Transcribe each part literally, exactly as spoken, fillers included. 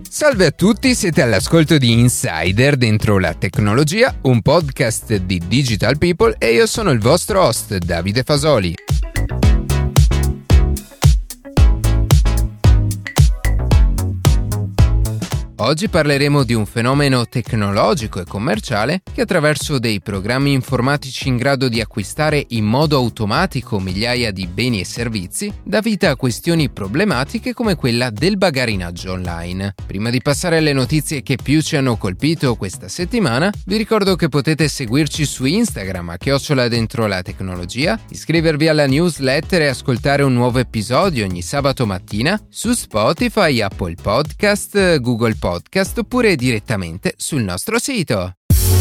Salve a tutti, siete all'ascolto di Insider dentro la tecnologia, un podcast di Digital People e io sono il vostro host Davide Fasoli. Oggi parleremo di un fenomeno tecnologico e commerciale che attraverso dei programmi informatici in grado di acquistare in modo automatico migliaia di beni e servizi dà vita a questioni problematiche come quella del bagarinaggio online. Prima di passare alle notizie che più ci hanno colpito questa settimana, vi ricordo che potete seguirci su Instagram a chiocciola dentro la tecnologia, iscrivervi alla newsletter e ascoltare un nuovo episodio ogni sabato mattina su Spotify, Apple Podcast, Google Podcast Podcast oppure direttamente sul nostro sito.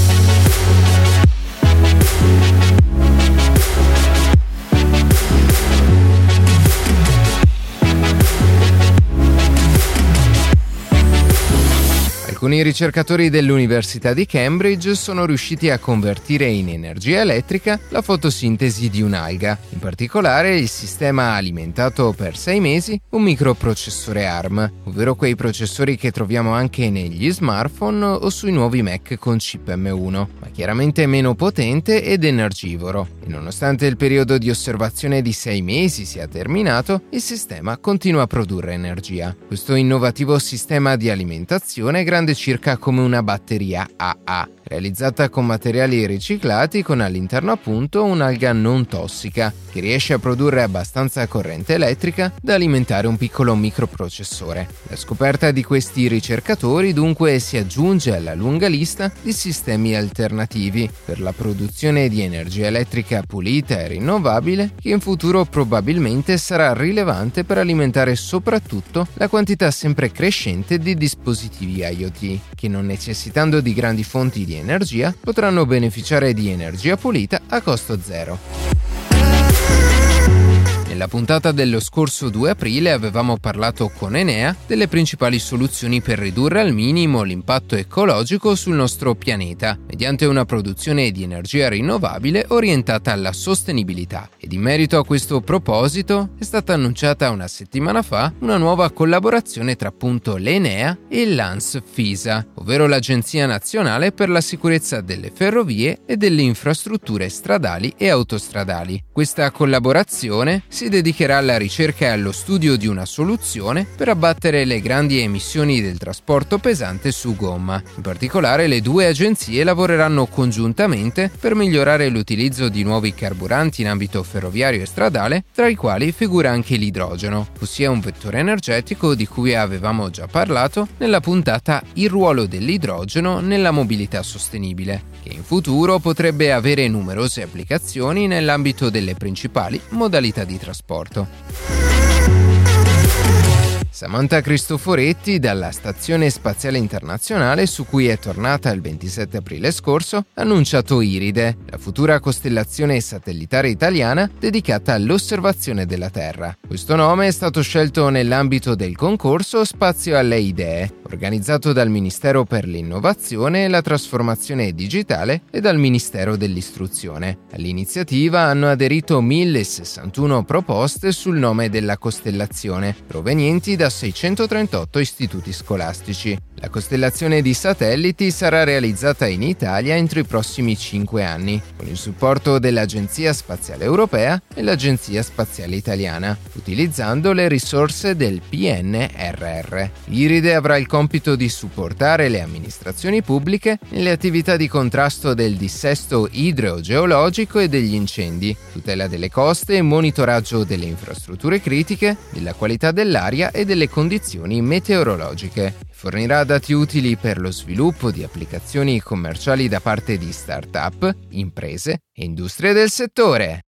Alcuni ricercatori dell'Università di Cambridge sono riusciti a convertire in energia elettrica la fotosintesi di un'alga. In particolare, il sistema ha alimentato per sei mesi un microprocessore A R M, ovvero quei processori che troviamo anche negli smartphone o sui nuovi Mac con chip M uno, ma chiaramente meno potente ed energivoro. E nonostante il periodo di osservazione di sei mesi sia terminato, il sistema continua a produrre energia. Questo innovativo sistema di alimentazione è grande circa come una batteria A A, realizzata con materiali riciclati con all'interno appunto un'alga non tossica che riesce a produrre abbastanza corrente elettrica da alimentare un piccolo microprocessore. La scoperta di questi ricercatori dunque si aggiunge alla lunga lista di sistemi alternativi per la produzione di energia elettrica pulita e rinnovabile che in futuro probabilmente sarà rilevante per alimentare soprattutto la quantità sempre crescente di dispositivi IoT che, non necessitando di grandi fonti di energia, potranno beneficiare di energia pulita a costo zero. Nella puntata dello scorso due aprile avevamo parlato con Enea delle principali soluzioni per ridurre al minimo l'impatto ecologico sul nostro pianeta mediante una produzione di energia rinnovabile orientata alla sostenibilità. Ed in merito a questo proposito è stata annunciata una settimana fa una nuova collaborazione tra appunto l'Enea e l'ANSFISA, ovvero l'Agenzia Nazionale per la Sicurezza delle Ferrovie e delle Infrastrutture Stradali e Autostradali. Questa collaborazione si dedicherà alla ricerca e allo studio di una soluzione per abbattere le grandi emissioni del trasporto pesante su gomma. In particolare, le due agenzie lavoreranno congiuntamente per migliorare l'utilizzo di nuovi carburanti in ambito ferroviario e stradale, tra i quali figura anche l'idrogeno, ossia un vettore energetico di cui avevamo già parlato nella puntata Il ruolo dell'idrogeno nella mobilità sostenibile, che in futuro potrebbe avere numerose applicazioni nell'ambito delle principali modalità di trasporto. Samantha Cristoforetti, dalla Stazione Spaziale Internazionale, su cui è tornata il ventisette aprile scorso, ha annunciato IRIDE, la futura costellazione satellitare italiana dedicata all'osservazione della Terra. Questo nome è stato scelto nell'ambito del concorso Spazio alle Idee, organizzato dal Ministero per l'Innovazione e la Trasformazione Digitale e dal Ministero dell'Istruzione. All'iniziativa hanno aderito mille sessantuno proposte sul nome della costellazione, provenienti da seicentotrentotto istituti scolastici. La costellazione di satelliti sarà realizzata in Italia entro i prossimi cinque anni, con il supporto dell'Agenzia Spaziale Europea e l'Agenzia Spaziale Italiana, utilizzando le risorse del P N R R. IRIDE avrà il compito di supportare le amministrazioni pubbliche nelle attività di contrasto del dissesto idrogeologico e degli incendi, tutela delle coste e monitoraggio delle infrastrutture critiche, della qualità dell'aria e delle condizioni meteorologiche. Fornirà dati utili per lo sviluppo di applicazioni commerciali da parte di start-up, imprese e industrie del settore.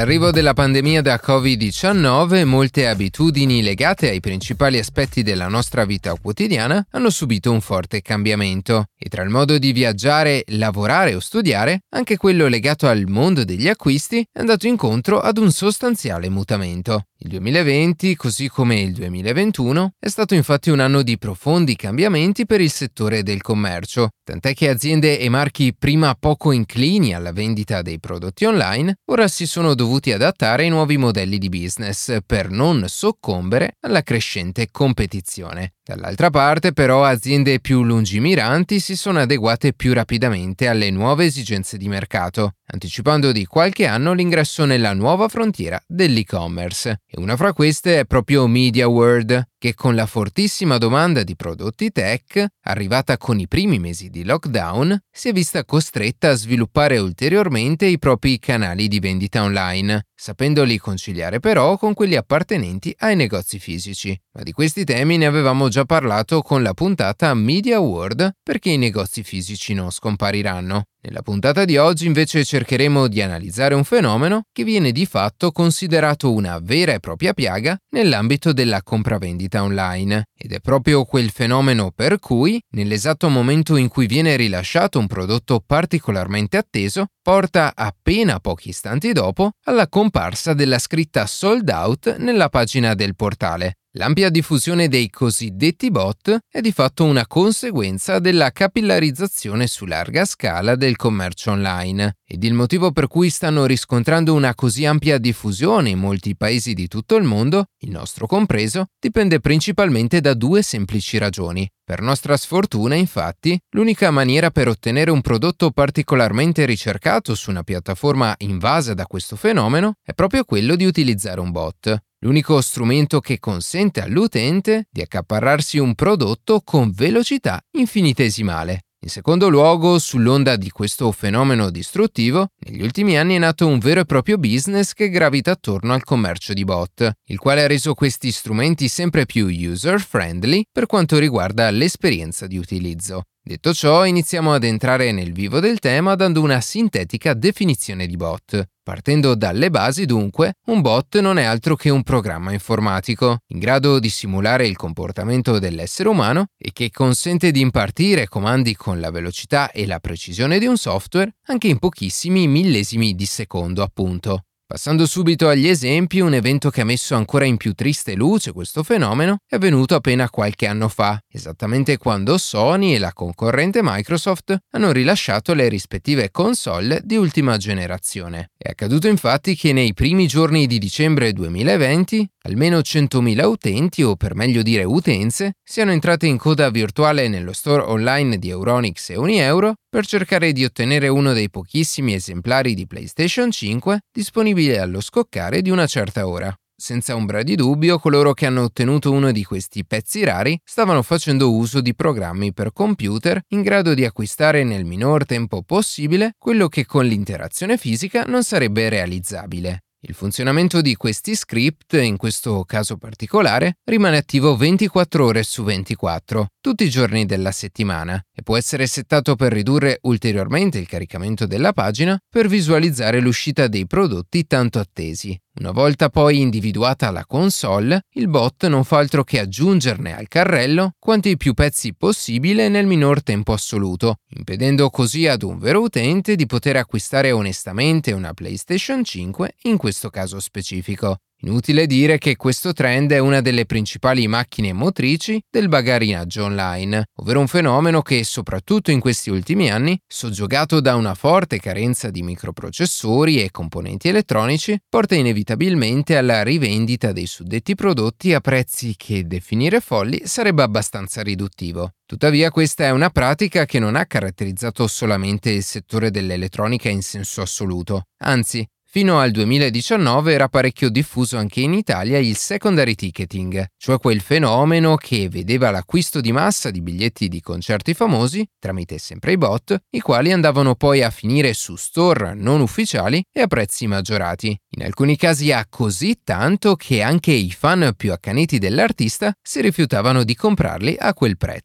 Dall'arrivo della pandemia da covid diciannove, molte abitudini legate ai principali aspetti della nostra vita quotidiana hanno subito un forte cambiamento e tra il modo di viaggiare, lavorare o studiare, anche quello legato al mondo degli acquisti è andato incontro ad un sostanziale mutamento. Il duemilaventi, così come il duemilaventuno, è stato infatti un anno di profondi cambiamenti per il settore del commercio, tant'è che aziende e marchi prima poco inclini alla vendita dei prodotti online ora si sono dovuti adattare ai nuovi modelli di business per non soccombere alla crescente competizione. Dall'altra parte, però, aziende più lungimiranti si sono adeguate più rapidamente alle nuove esigenze di mercato, anticipando di qualche anno l'ingresso nella nuova frontiera dell'e-commerce. E una fra queste è proprio MediaWorld, che con la fortissima domanda di prodotti tech, arrivata con i primi mesi di lockdown, si è vista costretta a sviluppare ulteriormente i propri canali di vendita online, sapendoli conciliare però con quelli appartenenti ai negozi fisici. Ma di questi temi ne avevamo già parlato con la puntata MediaWorld, perché i negozi fisici non scompariranno. Nella puntata di oggi invece cercheremo di analizzare un fenomeno che viene di fatto considerato una vera e propria piaga nell'ambito della compravendita online. Ed è proprio quel fenomeno per cui, nell'esatto momento in cui viene rilasciato un prodotto particolarmente atteso, porta appena pochi istanti dopo alla comparsa della scritta sold out nella pagina del portale. L'ampia diffusione dei cosiddetti bot è di fatto una conseguenza della capillarizzazione su larga scala del commercio online ed il motivo per cui stanno riscontrando una così ampia diffusione in molti paesi di tutto il mondo, il nostro compreso, dipende principalmente da due semplici ragioni. Per nostra sfortuna, infatti, l'unica maniera per ottenere un prodotto particolarmente ricercato su una piattaforma invasa da questo fenomeno è proprio quello di utilizzare un bot. L'unico strumento che consente all'utente di accaparrarsi un prodotto con velocità infinitesimale. In secondo luogo, sull'onda di questo fenomeno distruttivo, negli ultimi anni è nato un vero e proprio business che gravita attorno al commercio di bot, il quale ha reso questi strumenti sempre più user-friendly per quanto riguarda l'esperienza di utilizzo. Detto ciò, iniziamo ad entrare nel vivo del tema dando una sintetica definizione di bot. Partendo dalle basi, dunque, un bot non è altro che un programma informatico, in grado di simulare il comportamento dell'essere umano e che consente di impartire comandi con la velocità e la precisione di un software anche in pochissimi millesimi di secondo, appunto. Passando subito agli esempi, un evento che ha messo ancora in più triste luce questo fenomeno è avvenuto appena qualche anno fa, esattamente quando Sony e la concorrente Microsoft hanno rilasciato le rispettive console di ultima generazione. È accaduto infatti che nei primi giorni di dicembre duemilaventi, almeno centomila utenti, o per meglio dire utenze, siano entrate in coda virtuale nello store online di Euronics e Unieuro per cercare di ottenere uno dei pochissimi esemplari di PlayStation cinque disponibile allo scoccare di una certa ora. Senza ombra di dubbio, coloro che hanno ottenuto uno di questi pezzi rari stavano facendo uso di programmi per computer in grado di acquistare nel minor tempo possibile quello che con l'interazione fisica non sarebbe realizzabile. Il funzionamento di questi script, in questo caso particolare, rimane attivo ventiquattro ore su ventiquattro, tutti i giorni della settimana, e può essere settato per ridurre ulteriormente il caricamento della pagina per visualizzare l'uscita dei prodotti tanto attesi. Una volta poi individuata la console, il bot non fa altro che aggiungerne al carrello quanti più pezzi possibile nel minor tempo assoluto, impedendo così ad un vero utente di poter acquistare onestamente una PlayStation cinque in questo caso specifico. Inutile dire che questo trend è una delle principali macchine motrici del bagarinaggio online, ovvero un fenomeno che, soprattutto in questi ultimi anni, soggiogato da una forte carenza di microprocessori e componenti elettronici, porta inevitabilmente alla rivendita dei suddetti prodotti a prezzi che definire folli sarebbe abbastanza riduttivo. Tuttavia questa è una pratica che non ha caratterizzato solamente il settore dell'elettronica in senso assoluto, anzi, fino al duemiladiciannove era parecchio diffuso anche in Italia il secondary ticketing, cioè quel fenomeno che vedeva l'acquisto di massa di biglietti di concerti famosi, tramite sempre i bot, i quali andavano poi a finire su store non ufficiali e a prezzi maggiorati. In alcuni casi a così tanto che anche i fan più accaniti dell'artista si rifiutavano di comprarli a quel prezzo.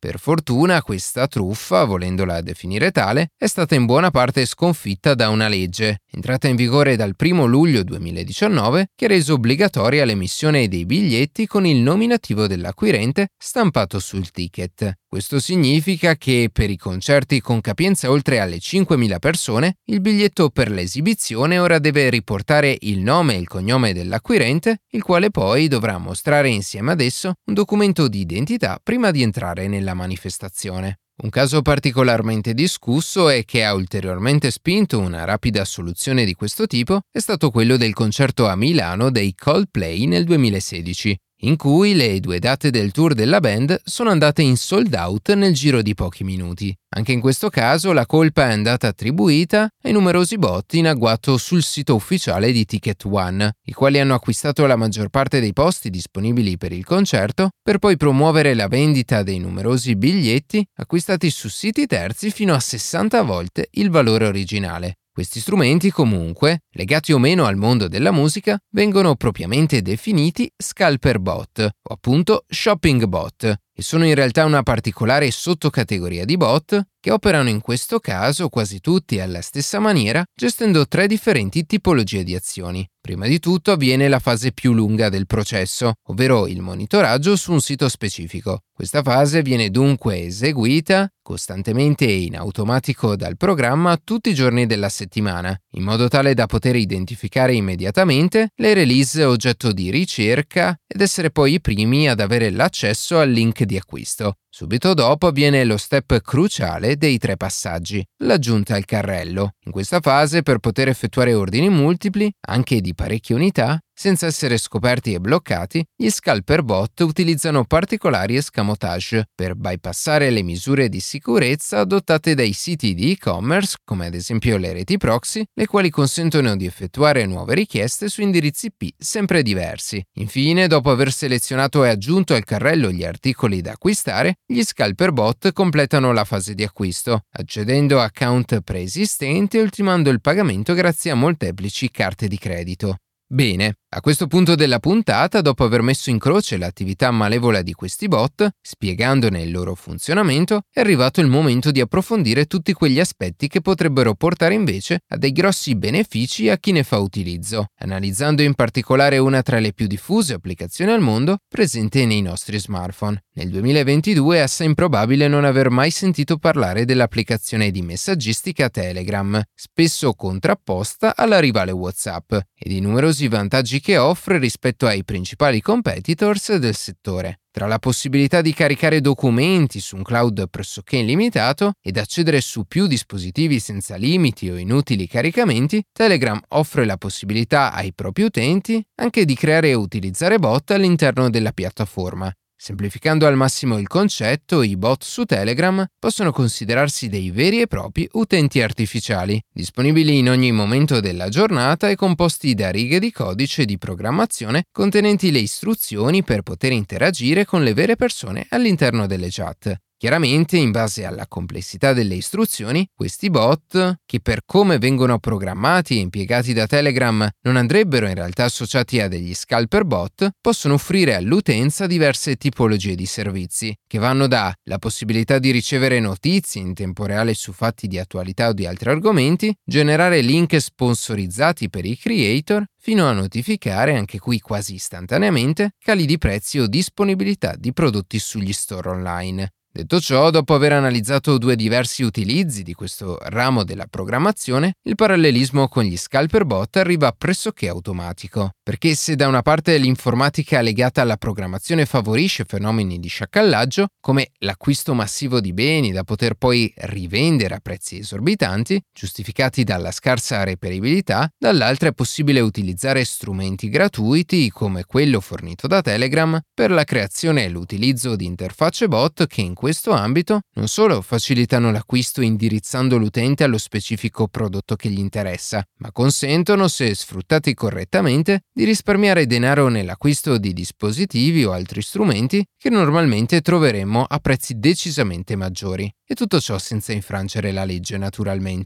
Per fortuna questa truffa, volendola definire tale, è stata in buona parte sconfitta da una legge, entrata in vigore dal primo luglio duemiladiciannove, che ha reso obbligatoria l'emissione dei biglietti con il nominativo dell'acquirente stampato sul ticket. Questo significa che per i concerti con capienza oltre alle cinquemila persone, il biglietto per l'esibizione ora deve riportare il nome e il cognome dell'acquirente, il quale poi dovrà mostrare insieme ad esso un documento di identità prima di entrare nella manifestazione. Un caso particolarmente discusso e che ha ulteriormente spinto una rapida soluzione di questo tipo è stato quello del concerto a Milano dei Coldplay nel duemilasedici, in cui le due date del tour della band sono andate in sold out nel giro di pochi minuti. Anche in questo caso la colpa è andata attribuita ai numerosi bot in agguato sul sito ufficiale di Ticket One, i quali hanno acquistato la maggior parte dei posti disponibili per il concerto per poi promuovere la vendita dei numerosi biglietti acquistati su siti terzi fino a sessanta volte il valore originale. Questi strumenti, comunque, legati o meno al mondo della musica, vengono propriamente definiti scalper bot, o appunto shopping bot, e sono in realtà una particolare sottocategoria di bot che operano in questo caso quasi tutti alla stessa maniera, gestendo tre differenti tipologie di azioni. Prima di tutto avviene la fase più lunga del processo, ovvero il monitoraggio su un sito specifico. Questa fase viene dunque eseguita costantemente e in automatico dal programma tutti i giorni della settimana, in modo tale da poter identificare immediatamente le release oggetto di ricerca ed essere poi i primi ad avere l'accesso al link di acquisto. Subito dopo avviene lo step cruciale dei tre passaggi, l'aggiunta al carrello. In questa fase, per poter effettuare ordini multipli, anche di parecchie unità, senza essere scoperti e bloccati, gli scalper bot utilizzano particolari escamotage per bypassare le misure di sicurezza adottate dai siti di e-commerce, come ad esempio le reti proxy, le quali consentono di effettuare nuove richieste su indirizzi I P sempre diversi. Infine, dopo aver selezionato e aggiunto al carrello gli articoli da acquistare, gli scalper bot completano la fase di acquisto, accedendo a account preesistenti e ultimando il pagamento grazie a molteplici carte di credito. Bene, a questo punto della puntata, dopo aver messo in croce l'attività malevola di questi bot, spiegandone il loro funzionamento, è arrivato il momento di approfondire tutti quegli aspetti che potrebbero portare invece a dei grossi benefici a chi ne fa utilizzo, analizzando in particolare una tra le più diffuse applicazioni al mondo presente nei nostri smartphone. Nel duemilaventidue è assai improbabile non aver mai sentito parlare dell'applicazione di messaggistica Telegram, spesso contrapposta alla rivale WhatsApp, e di numerosi vantaggi che offre rispetto ai principali competitors del settore. Tra la possibilità di caricare documenti su un cloud pressoché illimitato ed accedere su più dispositivi senza limiti o inutili caricamenti, Telegram offre la possibilità ai propri utenti anche di creare e utilizzare bot all'interno della piattaforma. Semplificando al massimo il concetto, i bot su Telegram possono considerarsi dei veri e propri utenti artificiali, disponibili in ogni momento della giornata e composti da righe di codice di programmazione contenenti le istruzioni per poter interagire con le vere persone all'interno delle chat. Chiaramente, in base alla complessità delle istruzioni, questi bot, che per come vengono programmati e impiegati da Telegram non andrebbero in realtà associati a degli scalper bot, possono offrire all'utenza diverse tipologie di servizi, che vanno da la possibilità di ricevere notizie in tempo reale su fatti di attualità o di altri argomenti, generare link sponsorizzati per i creator, fino a notificare, anche qui quasi istantaneamente, cali di prezzi o disponibilità di prodotti sugli store online. Detto ciò, dopo aver analizzato due diversi utilizzi di questo ramo della programmazione, il parallelismo con gli scalper bot arriva pressoché automatico, perché se da una parte l'informatica legata alla programmazione favorisce fenomeni di sciacallaggio, come l'acquisto massivo di beni da poter poi rivendere a prezzi esorbitanti, giustificati dalla scarsa reperibilità, dall'altra è possibile utilizzare strumenti gratuiti come quello fornito da Telegram per la creazione e l'utilizzo di interfacce bot che in questo ambito non solo facilitano l'acquisto indirizzando l'utente allo specifico prodotto che gli interessa, ma consentono, se sfruttati correttamente, di risparmiare denaro nell'acquisto di dispositivi o altri strumenti che normalmente troveremmo a prezzi decisamente maggiori. E tutto ciò senza infrangere la legge, naturalmente.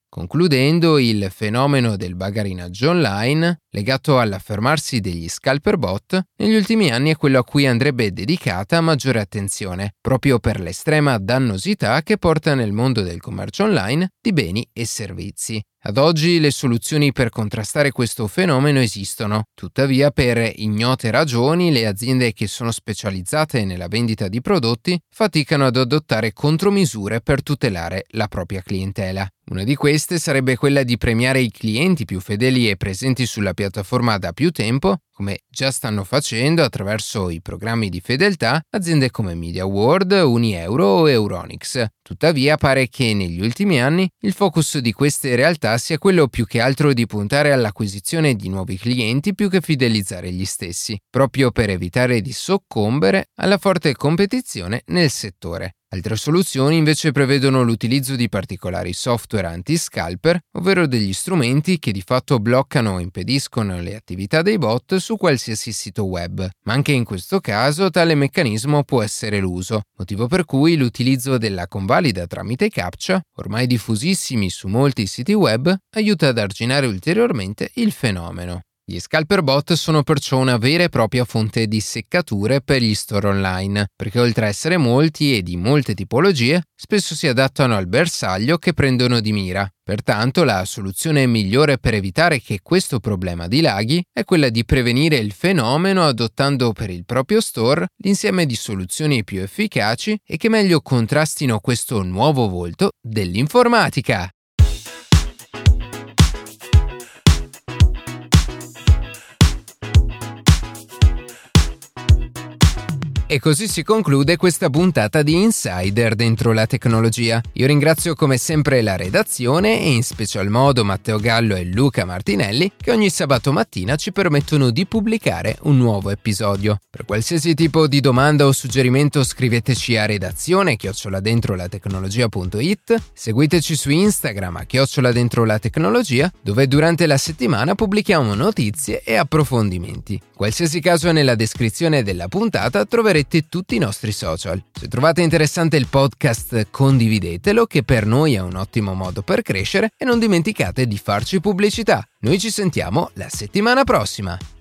Concludendo, il fenomeno del bagarinaggio online, legato all'affermarsi degli scalper bot, negli ultimi anni è quello a cui andrebbe dedicata maggiore attenzione, proprio per l'estrema dannosità che porta nel mondo del commercio online di beni e servizi. Ad oggi le soluzioni per contrastare questo fenomeno esistono, tuttavia per ignote ragioni le aziende che sono specializzate nella vendita di prodotti faticano ad adottare contromisure per tutelare la propria clientela. Una di queste sarebbe quella di premiare i clienti più fedeli e presenti sulla piattaforma da più tempo, come già stanno facendo attraverso i programmi di fedeltà aziende come MediaWorld, Unieuro o Euronics. Tuttavia pare che negli ultimi anni il focus di queste realtà sia quello più che altro di puntare all'acquisizione di nuovi clienti più che fidelizzare gli stessi, proprio per evitare di soccombere alla forte competizione nel settore. Altre soluzioni invece prevedono l'utilizzo di particolari software anti-scalper, ovvero degli strumenti che di fatto bloccano o impediscono le attività dei bot su qualsiasi sito web. Ma anche in questo caso tale meccanismo può essere eluso, motivo per cui l'utilizzo della convalida tramite captcha, ormai diffusissimi su molti siti web, aiuta ad arginare ulteriormente il fenomeno. Gli scalper bot sono perciò una vera e propria fonte di seccature per gli store online, perché oltre a essere molti e di molte tipologie, spesso si adattano al bersaglio che prendono di mira. Pertanto la soluzione migliore per evitare che questo problema dilaghi è quella di prevenire il fenomeno adottando per il proprio store l'insieme di soluzioni più efficaci e che meglio contrastino questo nuovo volto dell'informatica. E così si conclude questa puntata di Insider dentro la tecnologia. Io ringrazio come sempre la redazione e in special modo Matteo Gallo e Luca Martinelli che ogni sabato mattina ci permettono di pubblicare un nuovo episodio. Per qualsiasi tipo di domanda o suggerimento scriveteci a redazione chiocciola dentro la tecnologia punto it, seguiteci su Instagram a chiocciola dentro la tecnologia, dove durante la settimana pubblichiamo notizie e approfondimenti. Qualsiasi caso nella descrizione della puntata troverete tutti i nostri social. Se trovate interessante il podcast, condividetelo, che per noi è un ottimo modo per crescere, e non dimenticate di farci pubblicità. Noi ci sentiamo la settimana prossima.